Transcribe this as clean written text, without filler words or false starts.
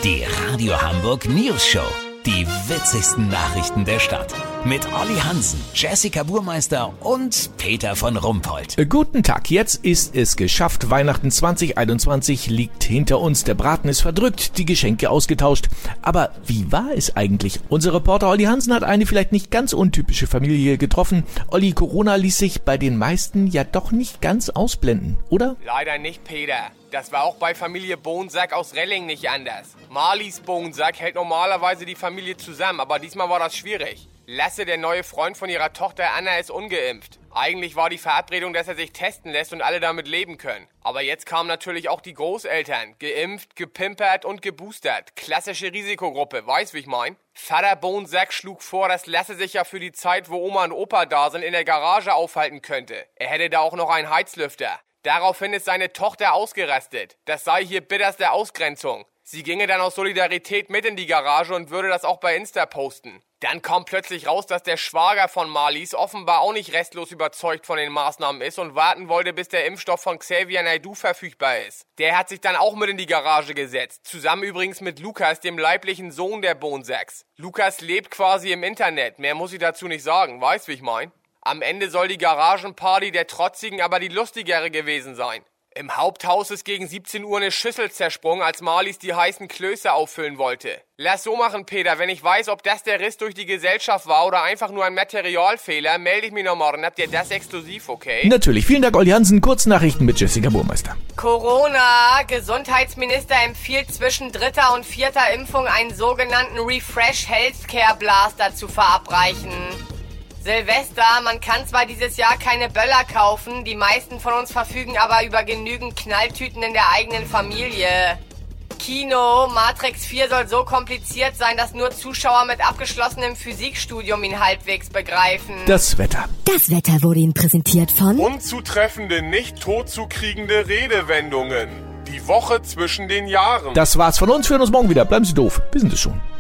Die Radio Hamburg News Show. Die witzigsten Nachrichten der Stadt. Mit Olli Hansen, Jessica Burmeister und Peter von Rumpold. Guten Tag, jetzt ist es geschafft. Weihnachten 2021 liegt hinter uns. Der Braten ist verdrückt, die Geschenke ausgetauscht. Aber wie war es eigentlich? Unser Reporter Olli Hansen hat eine vielleicht nicht ganz untypische Familie getroffen. Olli, Corona ließ sich bei den meisten ja doch nicht ganz ausblenden, oder? Leider nicht, Peter. Das war auch bei Familie Bonsack aus Relling nicht anders. Marlies Bonsack hält normalerweise die Familie zusammen, aber diesmal war das schwierig. Lasse, der neue Freund von ihrer Tochter Anna, ist ungeimpft. Eigentlich war die Verabredung, dass er sich testen lässt und alle damit leben können. Aber jetzt kamen natürlich auch die Großeltern. Geimpft, gepimpert und geboostert. Klassische Risikogruppe, weißt wie ich mein? Vater Bonsack schlug vor, dass Lasse sich ja für die Zeit, wo Oma und Opa da sind, in der Garage aufhalten könnte. Er hätte da auch noch einen Heizlüfter. Daraufhin ist seine Tochter ausgerastet. Das sei hier bitterste Ausgrenzung. Sie ginge dann aus Solidarität mit in die Garage und würde das auch bei Insta posten. Dann kommt plötzlich raus, dass der Schwager von Marlies offenbar auch nicht restlos überzeugt von den Maßnahmen ist und warten wollte, bis der Impfstoff von Xavier Naidoo verfügbar ist. Der hat sich dann auch mit in die Garage gesetzt. Zusammen übrigens mit Lukas, dem leiblichen Sohn der Bonsacks. Lukas lebt quasi im Internet. Mehr muss ich dazu nicht sagen. Weißt, wie ich mein? Am Ende soll die Garagenparty der trotzigen, aber die lustigere gewesen sein. Im Haupthaus ist gegen 17 Uhr eine Schüssel zersprungen, als Marlies die heißen Klöße auffüllen wollte. Lass so machen, Peter. Wenn ich weiß, ob das der Riss durch die Gesellschaft war oder einfach nur ein Materialfehler, melde ich mich noch morgen. Habt ihr das exklusiv, okay? Natürlich. Vielen Dank, Olli Hansen. Kurznachrichten mit Jessica Burmeister. Corona. Gesundheitsminister empfiehlt zwischen 3. und 4. Impfung einen sogenannten Refresh Healthcare Blaster zu verabreichen. Silvester, man kann zwar dieses Jahr keine Böller kaufen, die meisten von uns verfügen aber über genügend Knalltüten in der eigenen Familie. Kino, Matrix 4 soll so kompliziert sein, dass nur Zuschauer mit abgeschlossenem Physikstudium ihn halbwegs begreifen. Das Wetter. Das Wetter wurde Ihnen präsentiert von unzutreffende, nicht totzukriegende Redewendungen. Die Woche zwischen den Jahren. Das war's von uns. Wir hören uns morgen wieder. Bleiben Sie doof. Wir sind es schon.